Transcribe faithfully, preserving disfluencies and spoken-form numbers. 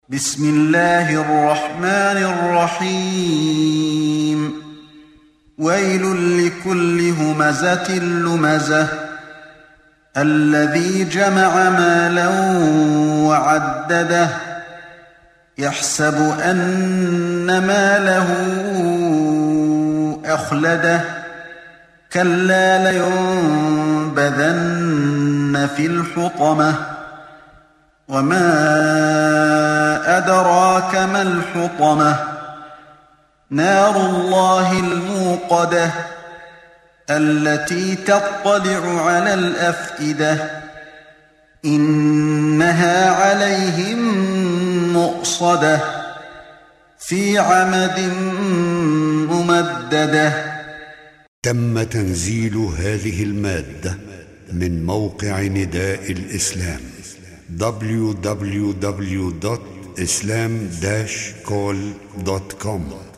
بسم الله الرحمن الرحيم ويل لكل همزة لمزة الذي جمع مالا وعدده يحسب أن ماله أخلده كلا لينبذن في الحطمة وما أدراك ما الحطمة نار الله الموقدة التي تطلع على الأفئدة إنها عليهم مؤصدة في عمد ممددة. تم تنزيل هذه المادة من موقع نداء الإسلام دبليو دبليو دبليو دوت islam dash call دوت كوم.